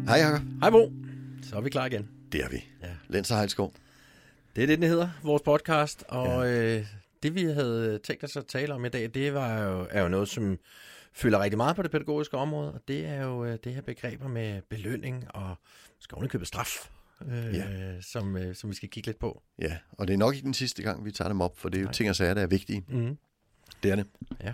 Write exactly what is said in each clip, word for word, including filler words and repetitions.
Hej Jacob. Hej Bo. Så er vi klar igen. Det er vi. Ja. Lens og Heilskov. Det er det, den hedder, vores podcast. Og ja. øh, det, vi havde tænkt os at tale om i dag, det var jo, er jo noget, som fylder rigtig meget på det pædagogiske område. Og det er jo øh, det her begreber med belønning og skal ovenikøbet straf, øh, ja. som, øh, som vi skal kigge lidt på. Ja, og det er nok ikke den sidste gang, vi tager dem op, for det er jo Nej. ting og sager, der er vigtige. Mm-hmm. Det er det. Ja.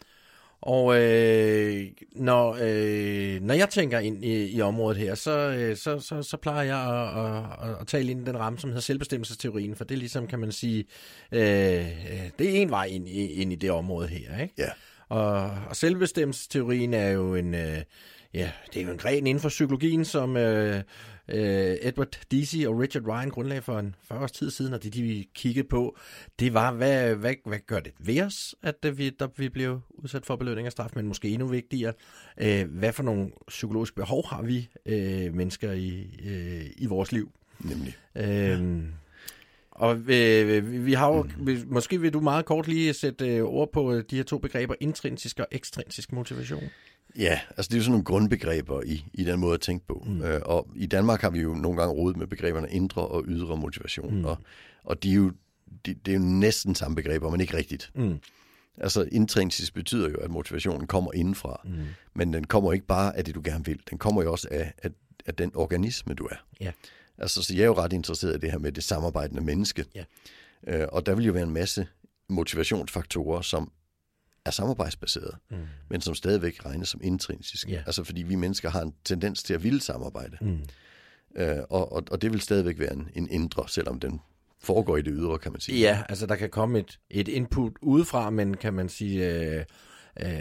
Og øh, når, øh, når jeg tænker ind i, i området her, så, øh, så, så, så plejer jeg at, at, at tale ind i den ramme, som hedder selvbestemmelsesteorien, for det er ligesom, kan man sige, øh, det er en vej ind i, ind i det område her, ikke? Ja. Og, og selvbestemmelsesteorien er jo en, øh, ja, det er jo en gren inden for psykologien, som øh, øh, Edward Deci og Richard Ryan grundlagde for en fyrre års tid siden, og det de vi kiggede på, det var, hvad, hvad, hvad gør det ved os, at vi, der, vi blev udsat for belønning og straf, men måske endnu vigtigere, øh, hvad for nogle psykologiske behov har vi øh, mennesker i, øh, i vores liv? Nemlig. Øh, ja. Og øh, vi har jo, mm. måske vil du meget kort lige sætte øh, ord på de her to begreber, intrinsisk og ekstrinsisk motivation. Ja, altså det er jo sådan nogle grundbegreber i, i den måde at tænke på. Mm. Øh, og i Danmark har vi jo nogle gange rodet med begreberne indre og ydre motivation. Mm. Og, og de er jo, de, det er jo næsten samme begreber, men ikke rigtigt. Mm. Altså intrinsisk betyder jo, at motivationen kommer indenfra. Mm. Men den kommer ikke bare af det, du gerne vil. Den kommer jo også af, af, af den organisme, du er. Ja. Altså, så jeg er jo ret interesseret i det her med det samarbejdende menneske. Ja. Øh, og der vil jo være en masse motivationsfaktorer, som er samarbejdsbaseret, mm. men som stadigvæk regnes som intrinsiske. Yeah. Altså fordi vi mennesker har en tendens til at ville samarbejde. Mm. Øh, og, og, og det vil stadigvæk være en, en indre, selvom den foregår i det ydre, kan man sige. Ja, altså der kan komme et, et input udefra, men kan man sige... Øh, øh,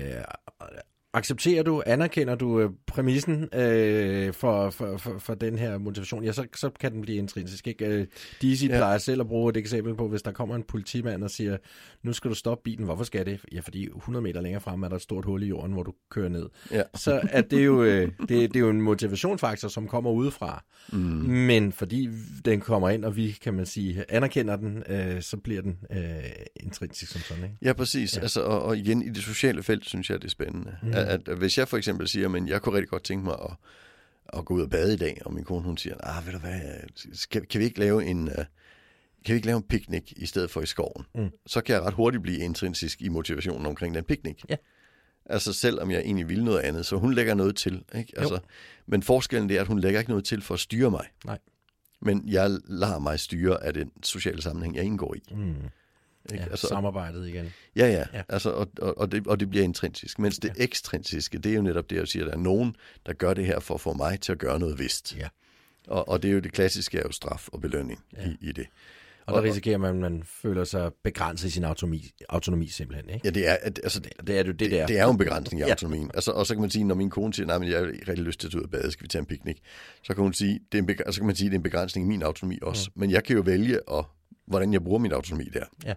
accepterer du, anerkender du øh, præmissen øh, for, for, for, for den her motivation, ja, så, så kan den blive intrinsisk. Ikke? Øh, Deci ja. plejer selv at bruge et eksempel på, hvis der kommer en politimand og siger, nu skal du stoppe bilen, hvorfor skal det? Ja, fordi hundrede meter længere frem er der et stort hul i jorden, hvor du kører ned. Ja. Så er det, jo, øh, det, det er jo en motivationsfaktor, som kommer udefra. Mm. Men fordi den kommer ind, og vi, kan man sige, anerkender den, øh, så bliver den øh, intrinsisk som sådan. Ikke? Ja, præcis. Ja. Altså, og, og igen, i det sociale felt, synes jeg, det er spændende. Mm. At, at hvis jeg for eksempel siger, men jeg kunne rigtig godt tænke mig at, at gå ud og bade i dag, og min kone hun siger, ah, ved du hvad, kan, kan vi ikke lave en uh, kan vi ikke lave en picnic i stedet for i skoven? Mm. Så kan jeg ret hurtigt blive intrinsisk i motivationen omkring den picnic. Ja. Altså selvom jeg egentlig vil noget andet, så hun lægger noget til, ikke? Altså, men forskellen det er, at hun lægger ikke noget til for at styre mig. Nej. Men jeg lader mig styre af den sociale sammenhæng, jeg indgår i. Mm. Ja, altså, samarbejdet igen. Ja, ja. ja. Altså, og, og, det, og det bliver intrinsisk. Mens det ja. ekstrinsiske, det er jo netop det, jeg siger, at der er nogen, der gør det her for at få mig til at gøre noget vist. Ja. Og, og det er jo det klassiske, er jo straf og belønning ja. i, i det. Og, og der risikerer man, at man føler sig begrænset i sin autonomi, autonomi simpelthen, ikke? Ja, det er, altså, det, det, er det, det, det, det er jo en begrænsning i autonomien. Ja. Altså, og så kan man sige, når min kone siger, nej, men jeg har rigtig lyst til at tage ud og bade, skal vi tage en picnic? Så kan hun sige, det er en, begræ- så kan man sige, det er en begrænsning i min autonomi også. Mm. Men jeg kan jo vælge, og, hvordan jeg bruger min autonomi der. Ja.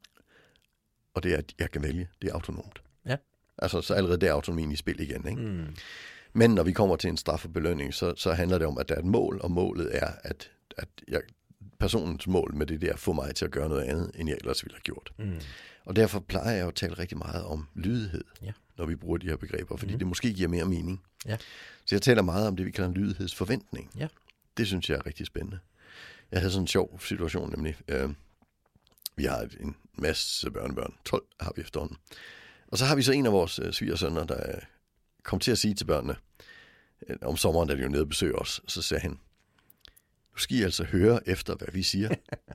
Og det er, at jeg kan vælge. Det er autonomt. Ja. Altså, så allerede der er autonomien i spil igen, ikke? Mm. Men når vi kommer til en straf og belønning, så, så handler det om, at der er et mål, og målet er, at, at jeg, personens mål med det der får mig til at gøre noget andet, end jeg ellers ville have gjort. Mm. Og derfor plejer jeg at tale rigtig meget om lydighed, ja. når vi bruger de her begreber, fordi mm. det måske giver mere mening. Ja. Så jeg taler meget om det, vi kalder en lydighedsforventning. Ja. Det synes jeg er rigtig spændende. Jeg havde sådan en sjov situation, nemlig... Øh, Vi har en masse børnebørn. tolv har vi efterhånden. Og så har vi så en af vores øh, svigersønner, der øh, kom til at sige til børnene, øh, om sommeren, da de jo nede og besøger os, så sagde han, nu skal I altså høre efter, hvad vi siger.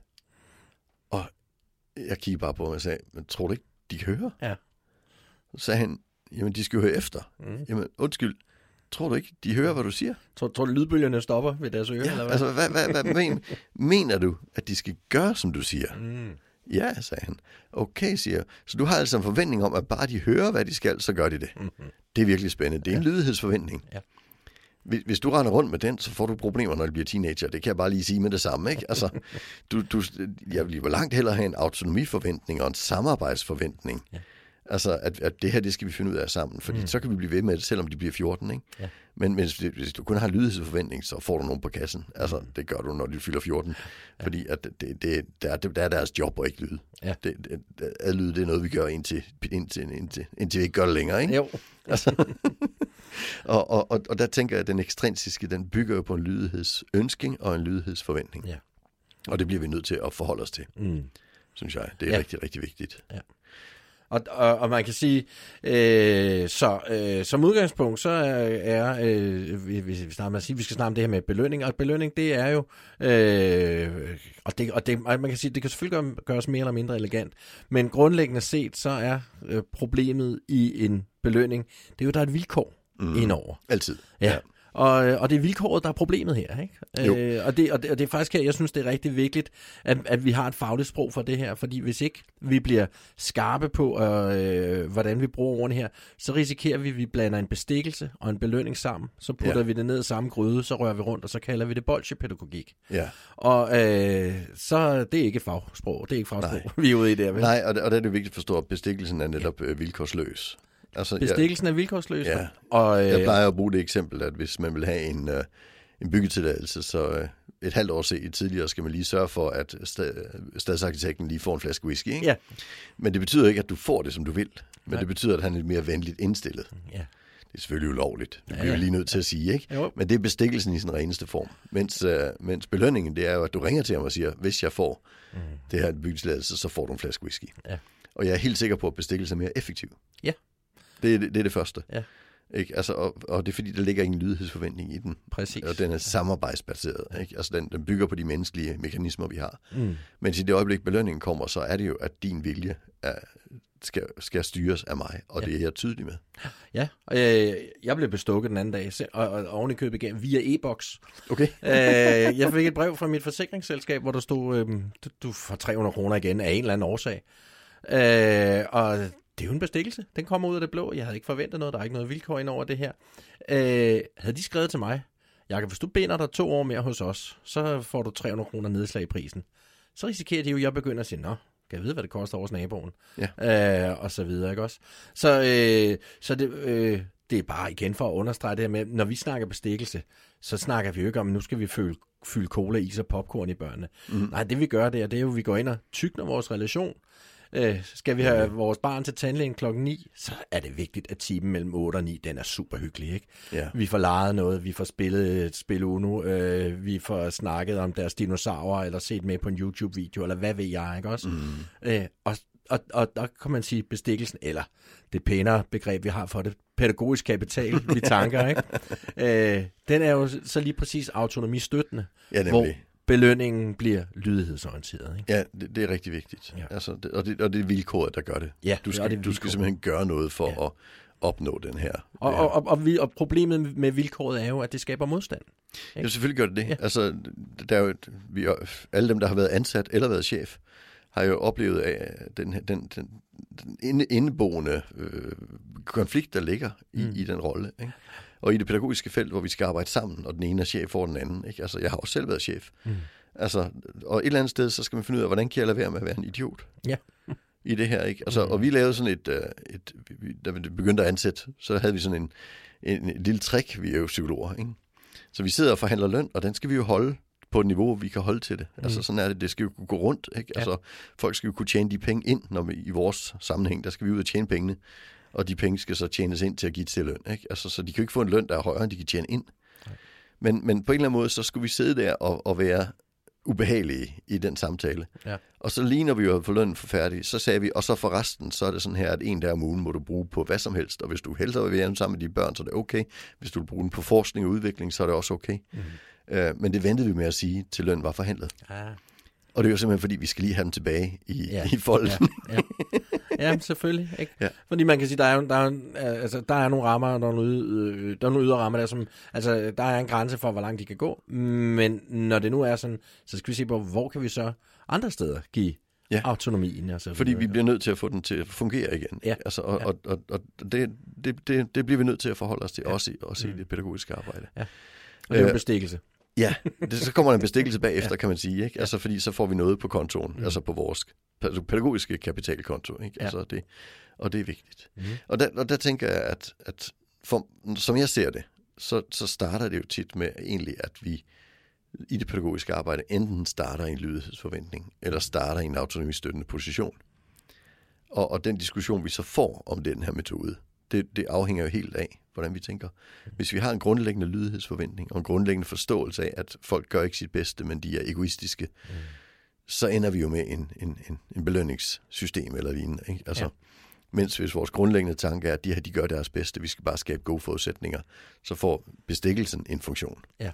Og jeg kiggede bare på ham og sagde, men tror du ikke, de kan høre? Ja. Så sagde han, jamen de skal jo høre efter. Mm. Jamen undskyld, tror du ikke, de hører, hvad du siger? Tror, tror du, lydbølgerne stopper ved deres ører? Ja, eller hvad? Altså, hvad, hvad, hvad men, mener du, at de skal gøre, som du siger? Mm. Ja, sagde han. Okay, siger jeg. Så du har altså en forventning om, at bare de hører, hvad de skal, så gør de det. Mm-hmm. Det er virkelig spændende. Det er en ja. lydighedsforventning. Ja. Hvis, hvis du render rundt med den, så får du problemer, når du bliver teenager. Det kan jeg bare lige sige med det samme, ikke? Altså, du, du, jeg vil langt hellere have en autonomiforventning og en samarbejdsforventning. Ja. Altså, at, at det her, det skal vi finde ud af sammen. Fordi mm. så kan vi blive ved med det, selvom de bliver fjorten, ikke? Ja. Men hvis, hvis du kun har lydighedsforventning, så får du nogen på kassen. Altså, det gør du, når du fylder fjorten. Ja. Fordi at det, det, der, er, der er deres job at ikke lyde. Ja. Det, det, at lyde, det er noget, vi gør indtil, indtil, indtil, indtil vi ikke gør det længere, ikke? Jo. Altså, og, og, og, og der tænker jeg, at den ekstrinsiske, den bygger jo på en lydighedsønsking og en lydighedsforventning. Ja. Og det bliver vi nødt til at forholde os til, mm. synes jeg. Det er ja. rigtig, rigtig vigtigt. Ja. Og, og, og man kan sige, øh, så øh, som udgangspunkt, så er, øh, vi, vi, snakker, sige, vi skal snakke om det her med belønning, og belønning, det er jo, øh, og, det, og det, man kan sige, det kan selvfølgelig gøres mere eller mindre elegant, men grundlæggende set, så er øh, problemet i en belønning, det er jo, der er et vilkår mm. indover. Altid. Ja. ja. Og, og det er vilkåret, der er problemet her, ikke? Øh, og, det, og, det, og det er faktisk her, jeg synes, det er rigtig vigtigt, at, at vi har et fagligt sprog for det her, fordi hvis ikke vi bliver skarpe på, øh, hvordan vi bruger ordene her, så risikerer vi, at vi blander en bestikkelse og en belønning sammen, så putter ja. vi det ned i samme gryde, så rører vi rundt, og så kalder vi det bolsjepædagogik. Ja. Og øh, så det er ikke et fagsprog, det er ikke fagsprog, Nej. vi er ude i der. Vel? Nej, og, det, og der er det vigtigt at forstå, at bestikkelsen er netop ja. vilkårsløs. Altså, Bestikkelsen jeg, er vilkårsløs. Ja. Og, øh, jeg plejer at bruge det eksempel, at hvis man vil have en, uh, en byggetilladelse, så uh, et halvt år se, tidligere skal man lige sørge for, at st- stadsarkitekten lige får en flaske whisky. Ikke? Ja. Men det betyder ikke, at du får det, som du vil. Men Nej. det betyder, at han er lidt mere venligt indstillet. Ja. Det er selvfølgelig ulovligt. Det bliver ja, ja. vi lige nødt til at sige. Ikke? Men det er bestikkelsen i sin reneste form. Mens, uh, mens belønningen, det er jo, at du ringer til ham og siger, hvis jeg får mm. det her byggetilladelse, så får du en flaske whisky. Ja. Og jeg er helt sikker på, at bestikkelse er mere effektiv. Ja. Det er det, det er det første. Ja. Ikke? Altså, og, og det er fordi, der ligger ingen lydighedsforventning i den. Præcis. Og den er samarbejdsbaseret. Ikke? Altså, den, den bygger på de menneskelige mekanismer, vi har. Mm. Men i det øjeblik, belønningen kommer, så er det jo, at din vilje er, skal, skal styres af mig. Og ja. det er jeg tydelig med. Ja, og jeg, jeg blev bestukket den anden dag, og, og oven i købet igen via e-boks. Okay. øh, jeg fik et brev fra mit forsikringsselskab, hvor der stod, øh, du, du får tre hundrede kroner igen af en eller anden årsag. Øh, og det er jo en bestikkelse. Den kommer ud af det blå. Jeg havde ikke forventet noget. Der er ikke noget vilkår ind over det her. Øh, havde de skrevet til mig, Jakob, hvis du binder dig to år mere hos os, så får du tre hundrede kroner nedslag i prisen. Så risikerer de jo, at jeg begynder at sige, nå, kan jeg vide, hvad det koster hos naboen? Ja. Øh, og så videre, ikke også? Så, øh, så det, øh, det er bare igen for at understrege det her med, når vi snakker bestikkelse, så snakker vi jo ikke om, nu skal vi fylde, fylde cola, is og popcorn i børnene. Mm. Nej, det vi gør, det er, det er jo, at vi går ind og tykner vores relation. Øh, skal vi have ja. vores barn til tandlægen klokken ni, så er det vigtigt, at timen mellem otte og ni, den er super hyggelig, ikke? Ja. Vi får leget noget, vi får spillet et spil Uno, øh, vi får snakket om deres dinosaurer, eller set med på en YouTube-video, eller hvad ved jeg, ikke også? Mm. Øh, og, og, og der kan man sige bestikkelsen, eller det pænere begreb, vi har for det, pædagogisk kapital, vi tanker, ikke? Øh, den er jo så lige præcis autonomistøttende, ja, hvor belønningen bliver lydighedsorienteret. Ikke? Ja, det, det er rigtig vigtigt. Ja. Altså, det, og, det, og det er vilkåret, der gør det. Ja, du skal, det du skal simpelthen gøre noget for ja. at opnå den her. Og, og, og, og, vi, og problemet med vilkåret er jo, at det skaber modstand. Ikke? Ja, selvfølgelig gør det det. Ja. Altså, der er jo, vi, alle dem, der har været ansat eller været chef, har jo oplevet af den, den, den, den indeboende øh, konflikt, der ligger i, mm. i den rolle. Ikke? Og i det pædagogiske felt, hvor vi skal arbejde sammen, og den ene er chef for den anden. Ikke? Altså, jeg har også selv været chef. Mm. Altså, og et eller andet sted, så skal man finde ud af, hvordan kan jeg lade være med at være en idiot? Ja. I det her, ikke? Altså, mm. Og vi lavede sådan et, et, da vi begyndte at ansætte, så havde vi sådan en, en, en lille trick, vi er jo psykologer, ikke? Så vi sidder og forhandler løn, og den skal vi jo holde på et niveau, vi kan holde til det. Mm. Altså sådan er det, det skal jo gå rundt, ikke? Ja. Altså, folk skal jo kunne tjene de penge ind, når vi, i vores sammenhæng, der skal vi ud og tjene pengene. Og de penge skal så tjenes ind til at give til løn. Ikke? Altså, så de kan jo ikke få en løn, der er højere, end de kan tjene ind. Men, men på en eller anden måde, så skulle vi sidde der og, og være ubehagelige i den samtale. Ja. Og så lige når vi var fået lønnen for færdig, så sagde vi, og så for resten, så er det sådan her, at en dag om ugen må du bruge på hvad som helst. Og hvis du hellere vil være sammen med dine børn, så er det okay. Hvis du vil bruge den på forskning og udvikling, så er det også okay. Mm. Øh, men det ventede vi med at sige, til løn var forhandlet. Ja. Og det er jo simpelthen, fordi vi skal lige have dem tilbage i, ja. i folden. Ja, ja. Ja, selvfølgelig. Ikke? Ja. Fordi man kan sige, der er, der, er, altså, der er nogle rammer, der er nogle, yder, der er nogle yderrammer, der, som, altså, der er en grænse for, hvor langt de kan gå. Men når det nu er sådan, så skal vi se på, hvor kan vi så andre steder give ja. autonomien. Altså, fordi vi bliver nødt til at få den til at fungere igen. Ja. Altså, og ja. og, og, og det, det, det, det bliver vi nødt til at forholde os til, ja. også, i, også mm. i det pædagogiske arbejde. Ja. Og det er jo en bestikkelse. Ja, det, så kommer der en bestikkelse bagefter, ja. kan man sige. Ikke? Altså, fordi så får vi noget på kontoen, mm. altså på vores pædagogiske kapitalkonto. Ikke? Ja. Altså det, og det er vigtigt. Mm. Og, der, og der tænker jeg, at, at for, som jeg ser det, så, så starter det jo tit med egentlig, at vi i det pædagogiske arbejde enten starter i en lydighedsforventning, eller starter i en autonomistøttende position. Og, og den diskussion, vi så får om den her metode, det, det afhænger jo helt af, hvordan vi tænker. Hvis vi har en grundlæggende lydighedsforventning, og en grundlæggende forståelse af, at folk gør ikke sit bedste, men de er egoistiske, mm. så ender vi jo med en, en, en, en belønningssystem eller lignende. Ikke? Altså, ja. Mens hvis vores grundlæggende tanke er, at de her de gør deres bedste, vi skal bare skabe gode forudsætninger, så får bestikkelsen en funktion. Ja.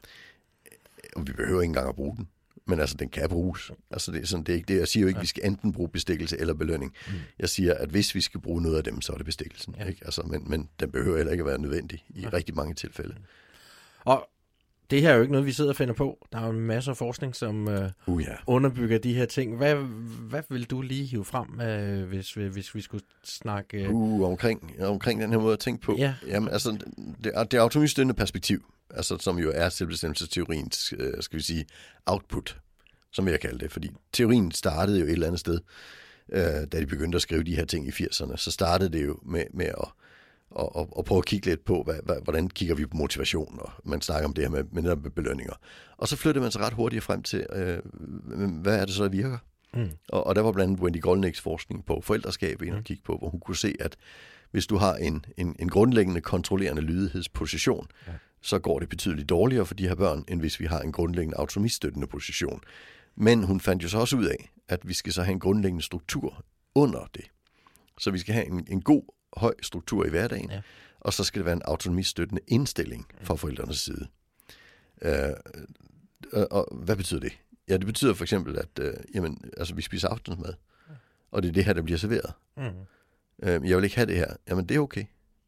Og vi behøver ikke engang at bruge den. Men altså, den kan bruges. Altså, det er, sådan, det er ikke det. Jeg siger jo ikke, at vi skal enten bruge bestikkelse eller belønning. Mm. Jeg siger, at hvis vi skal bruge noget af dem, så er det bestikkelsen. Ja. Ikke? Altså, men, men den behøver heller ikke at være nødvendig i ja. rigtig mange tilfælde. Mm. Og det her er jo ikke noget, vi sidder og finder på. Der er jo masser af forskning, som øh, uh, ja. underbygger de her ting. Hvad, hvad vil du lige hive frem, øh, hvis, hvis vi skulle snakke... Øh... Uh, omkring, omkring den her måde at tænke på. Ja. Jamen, altså, det, det autonomistøttende perspektiv, altså, som jo er selvbestemmelsesteoriens, øh, skal vi sige, output, som jeg kalder det. Fordi teorien startede jo et eller andet sted, øh, da de begyndte at skrive de her ting i firserne. Så startede det jo med, med at, og, og, og prøve at kigge lidt på, hvad, hvad, hvordan kigger vi på motivation, og man snakker om det her med, med, med belønninger. Og så flyttede man sig ret hurtigt frem til, øh, hvad er det så, der virker? Mm. Og, og der var blandt andet Wendy Goldnicks forskning på forældreskab, ind og kigge på, hvor hun kunne se, at hvis du har en, en, en grundlæggende kontrollerende lydighedsposition, ja. så går det betydeligt dårligere for de her børn, end hvis vi har en grundlæggende autonomistøttende position. Men hun fandt jo så også ud af, at vi skal så have en grundlæggende struktur under det. Så vi skal have en, en god, høj struktur i hverdagen, ja. og så skal det være en autonomistøttende indstilling fra forældrenes side. Øh, og, og hvad betyder det? Ja, det betyder for eksempel, at øh, jamen, altså, vi spiser aftensmad, og det er det her, der bliver serveret. Mm. Øh, jeg vil ikke have det her. Jamen, det er okay.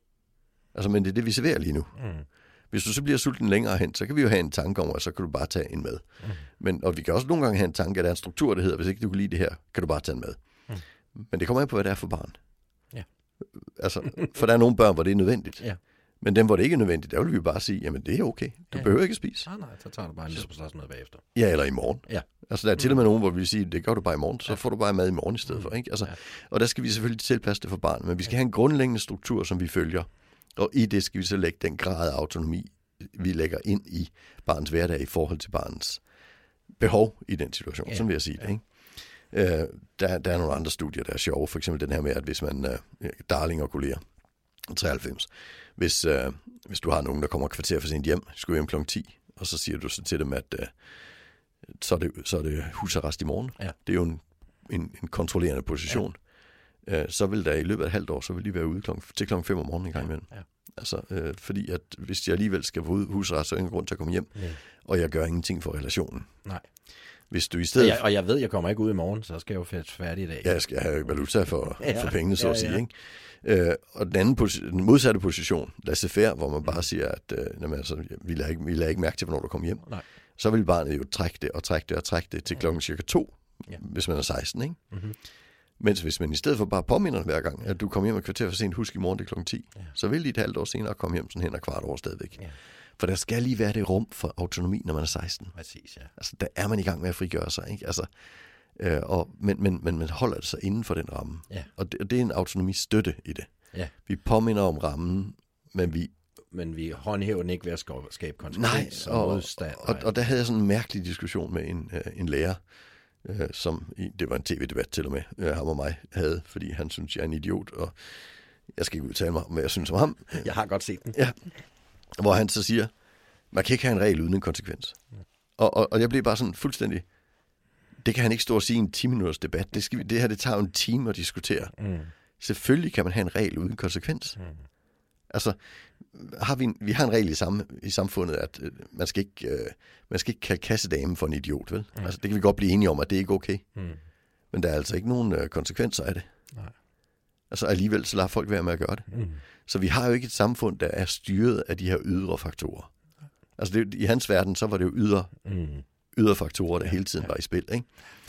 Altså, men det er det, vi serverer lige nu. Mm. Hvis du så bliver sulten længere hen, så kan vi jo have en tanke om, at så kan du bare tage en mad. Mm. Men, og vi kan også nogle gange have en tanke, at der er en struktur, der hedder, hvis ikke du kan lide det her, kan du bare tage en mad. Mm. Men det kommer an på, hvad det er for barn. Ja. Altså, for der er nogle børn, hvor det er nødvendigt. Ja. Men dem, hvor det ikke er nødvendigt, der vil vi bare sige, jamen det er okay. Du ja. behøver ikke at spise. Nej, nej, så tager du bare en lille bagefter. Ja, eller i morgen. Ja. Altså, der er til og med nogen, hvor vi vil sige, det gør du bare i morgen, så ja. får du bare mad i morgen i stedet for. Ikke? Altså, ja. Og der skal vi selvfølgelig tilpasse det for barnet, men vi skal have en grundlæggende struktur, som vi følger. Og i det skal vi så lægge den grad af autonomi, vi lægger ind i barnets hverdag i forhold til barnets behov i den situation, ja. sådan vil jeg sige det. Ikke? Øh, der, der er nogle andre studier, der er sjove. For eksempel den her med, at hvis man, uh, Darling og kolleger, treoghalvfems, hvis, uh, hvis du har nogen, der kommer kvarter for sent hjem, skal hjem klokken ti, og så siger du så til dem, at uh, så, er det, så er det husarrest i morgen. Ja. Det er jo en, en, en kontrollerende position. Ja. Uh, så vil der i løbet af et halvt år, så vil de være ude klokken, til klokken fem om morgenen en gang imellem. Ja. Altså, øh, fordi at hvis jeg alligevel skal få husarrest, så er ingen grund til at komme hjem, ja. og jeg gør ingenting for relationen. Nej. Hvis du i stedet... Ja, og jeg ved, jeg kommer ikke ud i morgen, så skal jeg jo være færdig i dag. Ja, jeg skal have valuta for, ja, for pengene, så ja, at sige. Ja. Ikke? Øh, og den anden den modsatte position, laissez-faire, hvor man bare siger, at øh, jamen, altså, vi, lader ikke, vi lader ikke mærke til, hvornår du kommer hjem. Nej. Så vil barnet jo trække det og trække det og trække det til klokken cirka to, ja. hvis man er seksten. Ikke? Mm-hmm. Mens hvis man i stedet for bare påminder hver gang, at du kommer hjem et kvarter for sent, husk i morgen det klokken ti, ja. så vil de et halvt år senere komme hjem sådan hen og kvart år stadigvæk. Ja. For der skal lige være det rum for autonomi, når man er seksten. Præcis, ja. Altså, der er man i gang med at frigøre sig, ikke? Altså, øh, og, men, men, men man holder det sig inden for den ramme. Ja. Og, det, og det er en autonomistøtte i det. Ja. Vi påminder om rammen, men vi... Men vi håndhæver den ikke ved at skabe konsekvens og, og modstand. Og, og der havde jeg sådan en mærkelig diskussion med en, øh, en lærer, øh, som, det var en tv-debat til og med, øh, ham og mig havde, fordi han synes, jeg er en idiot, og jeg skal ikke udtale mig om, hvad jeg synes om ham. Jeg har godt set den. Ja. Hvor han så siger, man kan ikke have en regel uden en konsekvens. Ja. Og, og, og jeg blev bare sådan fuldstændig, det kan han ikke stå og sige i en ti minutters debat. Det, skal vi, det her, det tager en time at diskutere. Mm. Selvfølgelig kan man have en regel uden konsekvens. Mm. Altså, har vi, en, vi har en regel i, samme, i samfundet, at øh, man, skal ikke, øh, man skal ikke kalde kassedamen for en idiot, vel? Mm. Altså, det kan vi godt blive enige om, at det er ikke okay. Mm. Men der er altså ikke nogen øh, konsekvenser af det. Nej. Altså, alligevel så lader folk være med at gøre det. Mm. Så vi har jo ikke et samfund, der er styret af de her ydre faktorer. Altså, det, i hans verden, så var det jo ydre, mm. ydre faktorer, der ja, hele tiden ja. var i spil, ikke?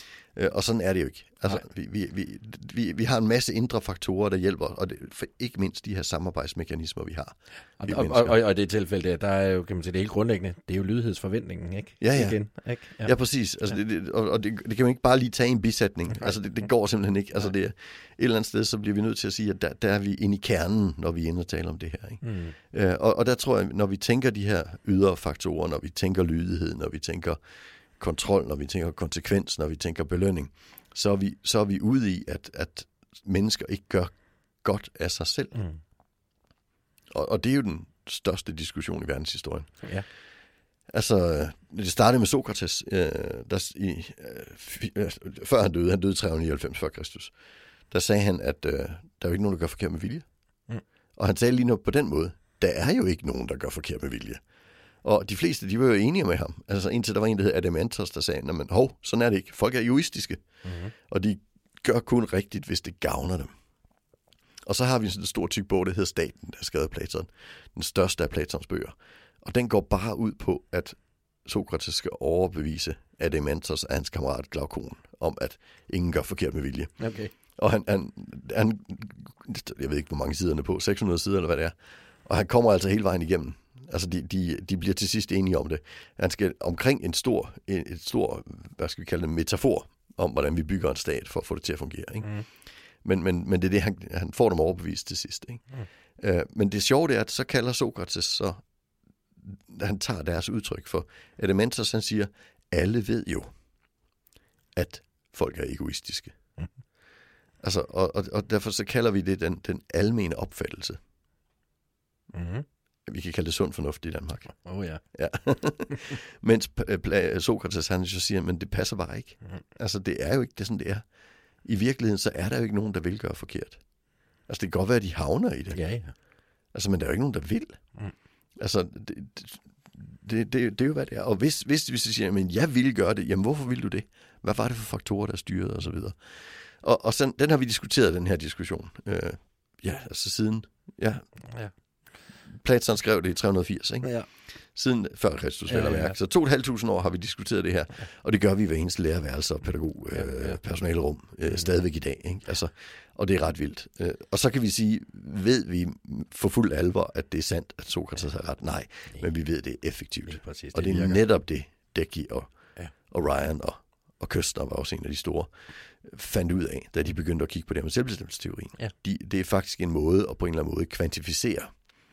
Og sådan er det jo ikke. Altså, vi, vi, vi, vi, vi har en masse indre faktorer, der hjælper, og det, for ikke mindst de her samarbejdsmekanismer, vi har. Og, og, og, og i det tilfælde der, der er jo, kan man sige, det helt grundlæggende, det er jo lydighedsforventningen, ikke? Ja, ja. Igen, ikke? Ja. ja, præcis. Altså, ja. Det, det, og det, det kan man ikke bare lige tage i en bisætning. Okay. Altså, det, det går simpelthen ikke. Altså, det, et eller andet sted, så bliver vi nødt til at sige, at der, der er vi inde i kernen, når vi er inde og taler om det her, ikke? Mm. Øh, og, og der tror jeg, når vi tænker de her ydre faktorer, når vi tænker lydighed, når vi tænker kontrol, når vi tænker konsekvens, når vi tænker belønning, så er vi, så er vi ude i, at, at mennesker ikke gør godt af sig selv. Mm. Og, og det er jo den største diskussion i verdenshistorien. Ja. Altså, det startede med Sokrates, øh, der, i, øh, før han døde, han døde tre hundrede nioghalvfems før Kristus, der sagde han, at øh, der er jo ikke nogen, der gør forkert med vilje. Mm. Og han sagde lige nu på den måde, der er jo ikke nogen, der gør forkert med vilje. Og de fleste, de var jo enige med ham. Altså indtil der var en, der hed Adeimantos, der sagde, men hov, sådan er det ikke. Folk er egoistiske. Mm-hmm. Og de gør kun rigtigt, hvis det gavner dem. Og så har vi sådan en stor tyk bog, der hedder Staten, der er skrevet af Platon. Den største af Platons bøger. Og den går bare ud på, at Sokrates skal overbevise Adeimantos af hans kammerat Glaukon om, at ingen gør forkert med vilje. Okay. Og han, han, han, jeg ved ikke, hvor mange siderne på, seks hundrede sider eller hvad det er. Og han kommer altså hele vejen igennem. Altså, de, de, de bliver til sidst enige om det. Han skal omkring en stor, en, et stor, hvad skal vi kalde det, metafor om, hvordan vi bygger en stat for at få det til at fungere. Ikke? Mm. Men, men, men det er det, han, han får dem overbevist til sidst. Ikke? Mm. Uh, men det sjove det er, at så kalder Sokrates, så han tager deres udtryk for, Adeimantos, han siger, alle ved jo, at folk er egoistiske. Mm. Altså, og, og, og derfor så kalder vi det den, den almene opfattelse. Mm-hmm. Vi kan kalde det sund fornuft i Danmark. Åh oh, ja. ja. Mens Sokrates, han så siger, men det passer bare ikke. Mm-hmm. Altså, det er jo ikke det, sådan det er. I virkeligheden, så er der jo ikke nogen, der vil gøre forkert. Altså, det kan godt være, at de havner i det. Ja, ja. Altså, men der er jo ikke nogen, der vil. Mm. Altså, det, det, det, det, det er jo, hvad det er. Og hvis, hvis vi siger, men jeg vil gøre det, jamen, hvorfor vil du det? Hvad var det for faktorer, der styrede, og så videre. Og, og sådan, den har vi diskuteret, den her diskussion. Øh, ja, altså siden, ja. ja. Platon skrev det i tre hundrede og firs, ikke? Ja. Siden før Kristus, vel at mærke. Ja, ja, ja. Så to og et halvt tusind år har vi diskuteret det her, ja. Og det gør vi hver eneste lærerværelse og pædagog, ja, ja. Øh, personalerum, øh, ja. Stadigvæk i dag, ikke? Altså, og det er ret vildt. Øh, og så kan vi sige, ved vi for fuld alvor, at det er sandt, at Sokrates har ret? Nej, ja. Men vi ved, det er effektivt. Det er præcis, det og det er virker. Netop det, Deci og, ja. og Ryan og, og Köstner var også en af de store, fandt ud af, da de begyndte at kigge på det med selvbestemmelsesteorien. Ja. De, det er faktisk en måde at på en eller anden måde kvantificere,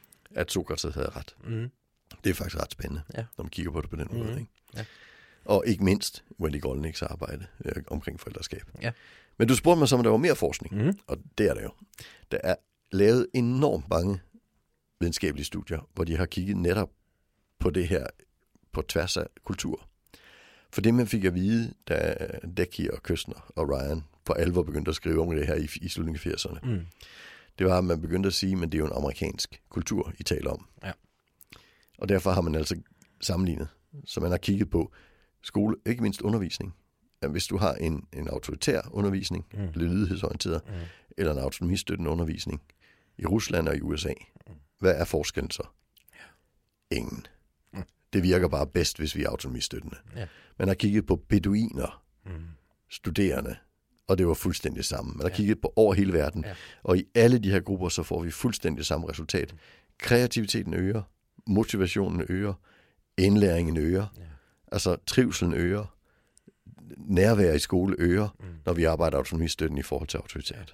at Sokrates havde ret. Mm. Det er faktisk ret spændende, ja. Når man kigger på det på den måde. Mm. Ikke? Ja. Og ikke mindst Wendy Goldnicks arbejde øh, omkring forældreskab. Ja. Men du spurgte mig så, om der var mere forskning, mm. og det er der jo. Der er lavet enormt mange videnskabelige studier, hvor de har kigget netop på det her på tværs af kultur. For det, man fik at vide, da Deci og Köstner og Ryan for alvor begyndte at skrive om det her i, i slutningen af firserne, mm. det var, at man begyndte at sige, men det er jo en amerikansk kultur, I taler om. Ja. Og derfor har man altså sammenlignet. Så man har kigget på skole, ikke mindst undervisning. At hvis du har en, en autoritær undervisning, mm. lydighedsorienteret, mm. eller en autonomistøttende undervisning i Rusland og i U S A, mm. hvad er forskellen så? Ja. Ingen. Mm. Det virker bare bedst, hvis vi er autonomistøttende. Ja. Man har kigget på beduiner, mm. studerende, og det var fuldstændig samme. Man har ja. kigget på over hele verden, ja. Og i alle de her grupper, så får vi fuldstændig samme resultat. Kreativiteten øger, motivationen øger, indlæringen øger, ja. Altså trivselen øger, nærvær i skole øger, mm. når vi arbejder autonomistøtten i forhold til autoritet.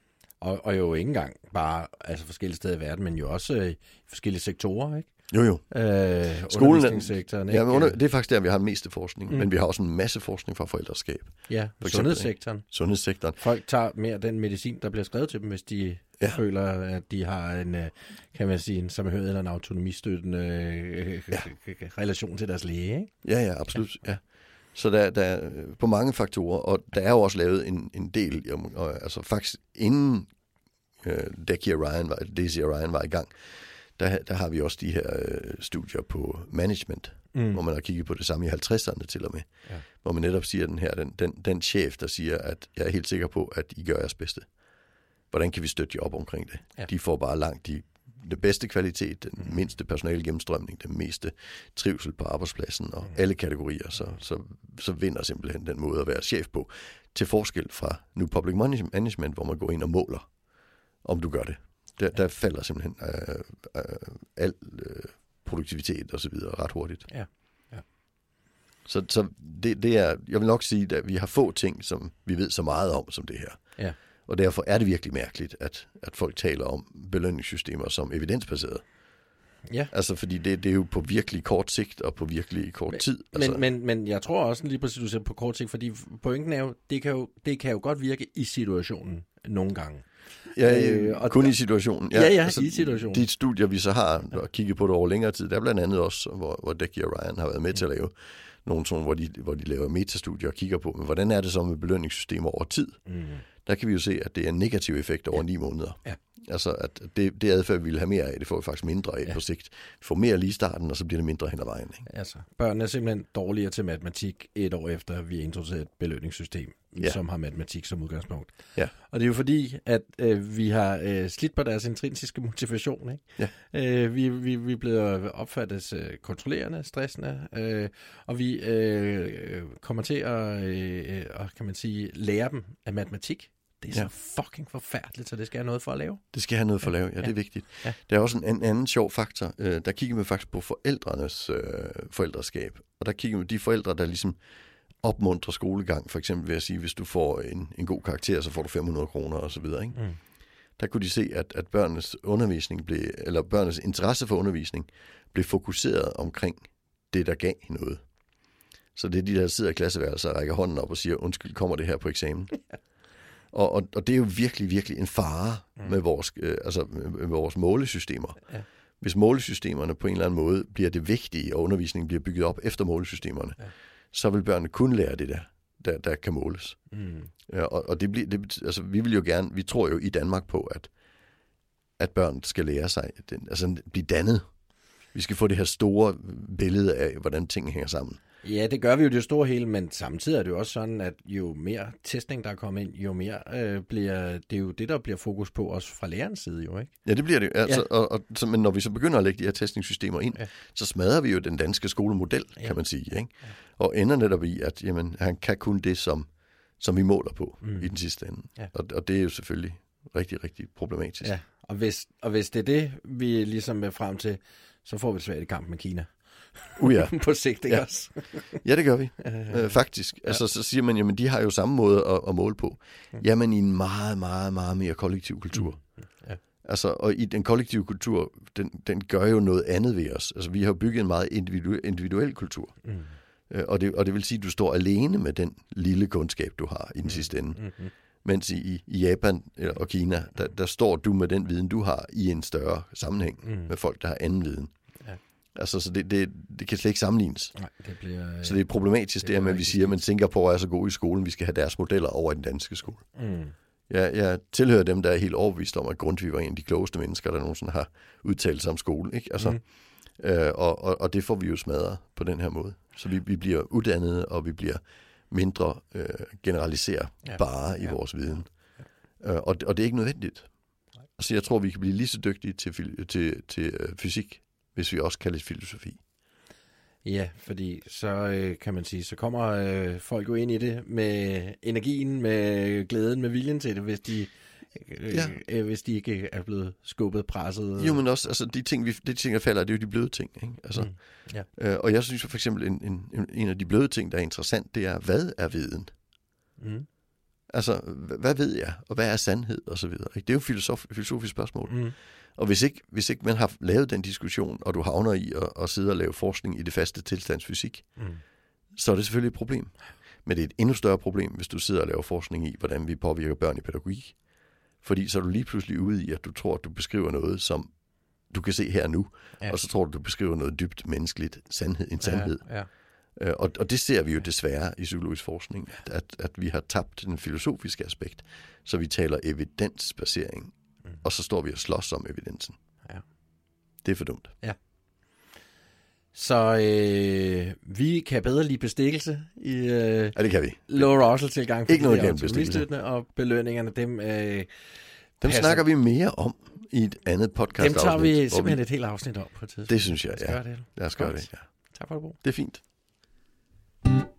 Og, og jo ikke engang bare altså forskellige steder i verden, men jo også øh, i forskellige sektorer, ikke? Jo, jo. Øh, Undervisningssektoren, ikke? Ja, under, det er faktisk der, vi har den meste forskning, mm. men vi har også en masse forskning fra forældreskab. Ja, for sundhedssektoren. Eksempel, sundhedssektoren. Folk tager mere den medicin, der bliver skrevet til dem, hvis de ja. føler, at de har en, kan man sige, en sammenhørighed eller en autonomistøttende ja. relation til deres læge, ikke? Ja, ja, absolut, ja. ja. Så der, der er på mange faktorer, og der er jo også lavet en, en del, altså faktisk inden øh, Deci og Ryan var, Deci og Ryan var i gang, Der, der har vi også de her øh, studier på management, mm. hvor man har kigget på det samme i halvtredserne til og med. Ja. Hvor man netop siger, den her, den, den, den chef, der siger, at jeg er helt sikker på, at I gør jeres bedste. Hvordan kan vi støtte jer op omkring det? Ja. De får bare langt de, det bedste kvalitet, den mm. mindste personale gennemstrømning, den meste trivsel på arbejdspladsen og mm. alle kategorier. Så, så, så vinder simpelthen den måde at være chef på. Til forskel fra nu public management, hvor man går ind og måler, om du gør det. Der, der falder simpelthen øh, øh, al øh, produktivitet og så videre ret hurtigt. Ja. Ja. Så, så det, det er, jeg vil nok sige, at vi har få ting, som vi ved så meget om som det her. Ja. Og derfor er det virkelig mærkeligt, at, at folk taler om belønningssystemer som evidensbaseret. Ja. Altså, fordi det, det er jo på virkelig kort sigt og på virkelig kort men, tid. Altså. Men, men, men jeg tror også lige præcis, du siger på kort sigt, fordi pointen er jo, det kan jo, det kan jo godt virke i situationen nogle gange. Ja, Øh, og kun der- i situationen. Ja, ja, i situationen. De studier, vi så har og kigget på det over længere tid, der er blandt andet også, hvor, hvor Deci og Ryan har været med til at lave nogle sådan, hvor de, hvor de laver metastudier og kigger på, men hvordan er det så med belønningssystemer over tid? Mm. Der kan vi jo se, at det er en negativ effekt over ni måneder. Ja. Altså, at det, det adfærd, vi vil have mere af, det får vi faktisk mindre af Ja. på sigt. Vi får mere lige i starten, og så bliver det mindre hen ad vejen. Ikke? Altså, børnene er simpelthen dårligere til matematik et år efter, vi introducerer et belønningssystem, Ja. som har matematik som udgangspunkt. Ja. Og det er jo fordi, at øh, vi har øh, slidt på deres intrinsiske motivation. Ikke? Ja. Øh, vi, vi, vi er blevet opfattet øh, kontrollerende, stressende, øh, og vi øh, kommer til at, øh, at kan man sige, lære dem af matematik. Det er Ja. så fucking forfærdeligt, så det skal have noget for at lave. Det skal have noget for at lave, ja, Ja. det er vigtigt. Ja. Der er også en anden, anden sjov faktor. Øh, der kigger vi faktisk på forældrenes øh, forældreskab. Og der kigger vi på de forældre, der ligesom opmuntrer skolegang. For eksempel ved at sige, hvis du får en, en god karakter, så får du fem hundrede kroner og så videre. Ikke? Mm. Der kunne de se, at, at børnenes undervisning blev, eller børnenes interesse for undervisning blev fokuseret omkring det, der gav noget. Så det er de, der sidder i klasseværelser og rækker hånden op og siger, undskyld, kommer det her på eksamen? Og, og, og det er jo virkelig, virkelig en fare mm. med, vores, øh, altså med, med vores målesystemer. Ja. Hvis målesystemerne på en eller anden måde bliver det vigtige, og undervisningen bliver bygget op efter målesystemerne, Ja. så vil børnene kun lære det der, der, der kan måles. Mm. Ja, og og det bliver, det, altså, vi vil jo gerne, vi tror jo i Danmark på, at, at børn skal lære sig, den, altså blive dannet. Vi skal få det her store billede af, hvordan tingene hænger sammen. Ja, det gør vi jo det store hele, men samtidig er det jo også sådan, at jo mere testning, der er kommet ind, jo mere øh, bliver, det er jo det, der bliver fokus på, også fra lærerens side jo, ikke? Ja, det bliver det. Altså, Ja. og, og, så, men når vi så begynder at lægge de her testningssystemer ind, Ja. så smadrer vi jo den danske skolemodel, Ja. kan man sige. Ikke? Og ender netop i, at jamen, han kan kun det, som, som vi måler på Mm. i den sidste ende. Ja. Og, og det er jo selvfølgelig rigtig, rigtig problematisk. Ja, og hvis, og hvis det er det, vi ligesom er frem til, så får vi svært i kamp med Kina. Uh, ja. På sigt, ikke Ja. også? Ja, det gør vi. Øh, faktisk. Altså, så siger man, jamen, de har jo samme måde at, at måle på. Jamen, i en meget, meget, meget mere kollektiv kultur. Ja. Altså, og i den kollektive kultur, den, den gør jo noget andet ved os. Altså, vi har jo bygget en meget individuel, individuel kultur. Mm. Øh, og, det, og det vil sige, at du står alene med den lille kundskab, du har i den sidste ende. Mm-hmm. Mens i, i Japan og Kina, der, der står du med den viden, du har i en større sammenhæng Mm. med folk, der har anden viden. Ja. Altså, så det, det, det kan slet ikke sammenlignes. Nej, det bliver... Så det er problematisk, det det, det er at vi rigtig siger, at Singapore er så god i skolen, vi skal have deres modeller over i den danske skole. Mm. Jeg, jeg tilhører dem, der er helt overbevist om, at Grundtvig var en af de klogeste mennesker, der nogensinde har udtalt sig om skole. Ikke? Altså, Mm. øh, og, og, og det får vi jo smadret på den her måde. Så vi, vi bliver uddannede, og vi bliver mindre øh, generaliserbare Ja. i Ja. vores viden. Øh, og, og det er ikke nødvendigt. Altså, jeg tror, vi kan blive lige så dygtige til, fil- til, til øh, fysik, hvis vi også kan lidt filosofi. Ja, fordi så øh, kan man sige, så kommer øh, folk jo ind i det med energien, med glæden, med viljen til det, hvis de, øh, Ja. øh, hvis de ikke er blevet skubbet, presset. Jo, men også altså, de ting, vi, de ting, der falder, det er jo de bløde ting. Ikke? Altså, Mm. Ja. øh, og jeg synes jo for eksempel, en, en, en af de bløde ting, der er interessant, det er, hvad er viden? Mm. Altså, h- hvad ved jeg, og hvad er sandhed, og så videre. Ikke? Det er jo et filosof, filosofisk spørgsmål. Mm. Og hvis ikke, hvis ikke man har lavet den diskussion, og du havner i at, at sidde og lave forskning i det faste tilstandsfysik, Mm. så er det selvfølgelig et problem. Men det er et endnu større problem, hvis du sidder og laver forskning i, hvordan vi påvirker børn i pædagogik. Fordi så er du lige pludselig ude i, at du tror, at du beskriver noget, som du kan se her nu, Ja. og så tror du, du beskriver noget dybt menneskeligt, sandhed, en sandhed. Ja, ja. Øh, Og, og det ser vi jo desværre i psykologisk forskning, at, at, at vi har tabt den filosofiske aspekt, så vi taler evidensbasering, Mm. og så står vi og slås om evidensen. Ja. Det er for dumt. Så øh, vi kan bedre lide bestikkelse i øh, Ja, det kan vi. low Russell-tilgang. Ikke noget galt bestikkelse. bestikkelse. Og belønningerne, dem, øh, Dem passer. snakker vi mere om i et andet podcast. dem tager vi hvor simpelthen et helt afsnit om på et tidspunkt. Det synes jeg, Lad os ja. gøre det. Lad os gøre Godt. det, ja. Tak for det, Bo. Det er fint.